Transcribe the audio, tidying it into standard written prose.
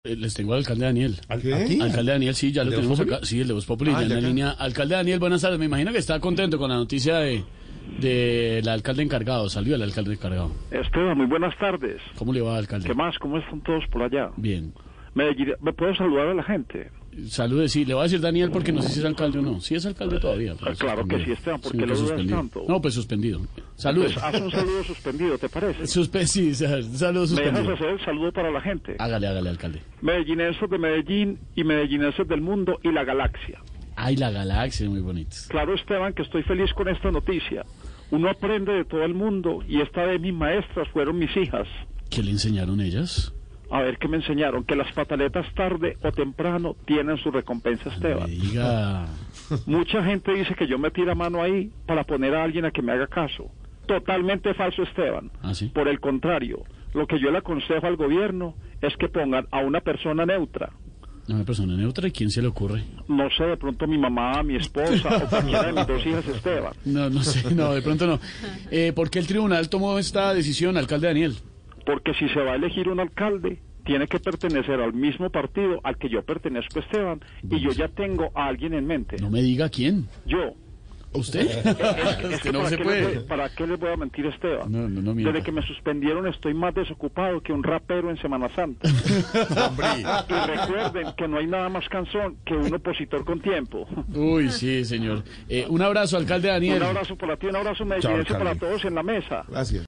Les tengo al alcalde Daniel. ¿Aquí? Alcalde Daniel, sí, ya lo tenemos acá. Sí, el de Voz Populi, ya en la acá. línea. Alcalde Daniel, buenas tardes. Me imagino que está contento con la noticia del alcalde encargado. Salió el alcalde encargado. Esteban, muy buenas tardes. ¿Cómo le va, alcalde? ¿Qué más? ¿Cómo están todos por allá? Bien. ¿Me puedo saludar a la gente? Salude, sí. Le voy a decir Daniel porque no sé si es alcalde o no. Sí es alcalde todavía. Pero Claro que sí, Esteban. ¿Por qué lo dudas tanto? No, pues suspendido. Salude. Pues haz un saludo suspendido, ¿te parece? Sí, saludo ¿Me suspendido. dejas hacer el saludo para la gente? Hágale, alcalde. Medellineses de Medellín y medellineses del mundo y la galaxia. Ay, la galaxia, muy bonita. Claro, Esteban, que estoy feliz con esta noticia. Uno aprende de todo el mundo y esta vez mis maestras fueron mis hijas. ¿Qué le enseñaron ellas? A ver, ¿qué me enseñaron? Que las pataletas tarde o temprano tienen su recompensa, Esteban. Me diga. Mucha gente dice que yo me tira mano ahí para poner a alguien a que me haga caso. Totalmente falso, Esteban. ¿Ah, sí? Por el contrario, lo que yo le aconsejo al gobierno es que pongan a una persona neutra. Una persona neutra, ¿y quién se le ocurre? No sé, de pronto mi mamá, mi esposa o cualquiera de mis dos hijas, Esteban. No sé, no, de pronto no. ¿Por qué el tribunal tomó esta decisión, alcalde Daniel? Porque si se va a elegir un alcalde, tiene que pertenecer al mismo partido al que yo pertenezco, Esteban, y yo ya tengo a alguien en mente. No me diga quién. Yo. ¿Usted? Es que no se puede. ¿Para qué les voy a mentir, Esteban? No mienta. Desde que me suspendieron estoy más desocupado que un rapero en Semana Santa. Y recuerden que no hay nada más cansón que un opositor con tiempo. Uy, sí, señor. Un abrazo, alcalde Daniel. Un abrazo para ti, un abrazo medellinense para todos en la mesa. Gracias.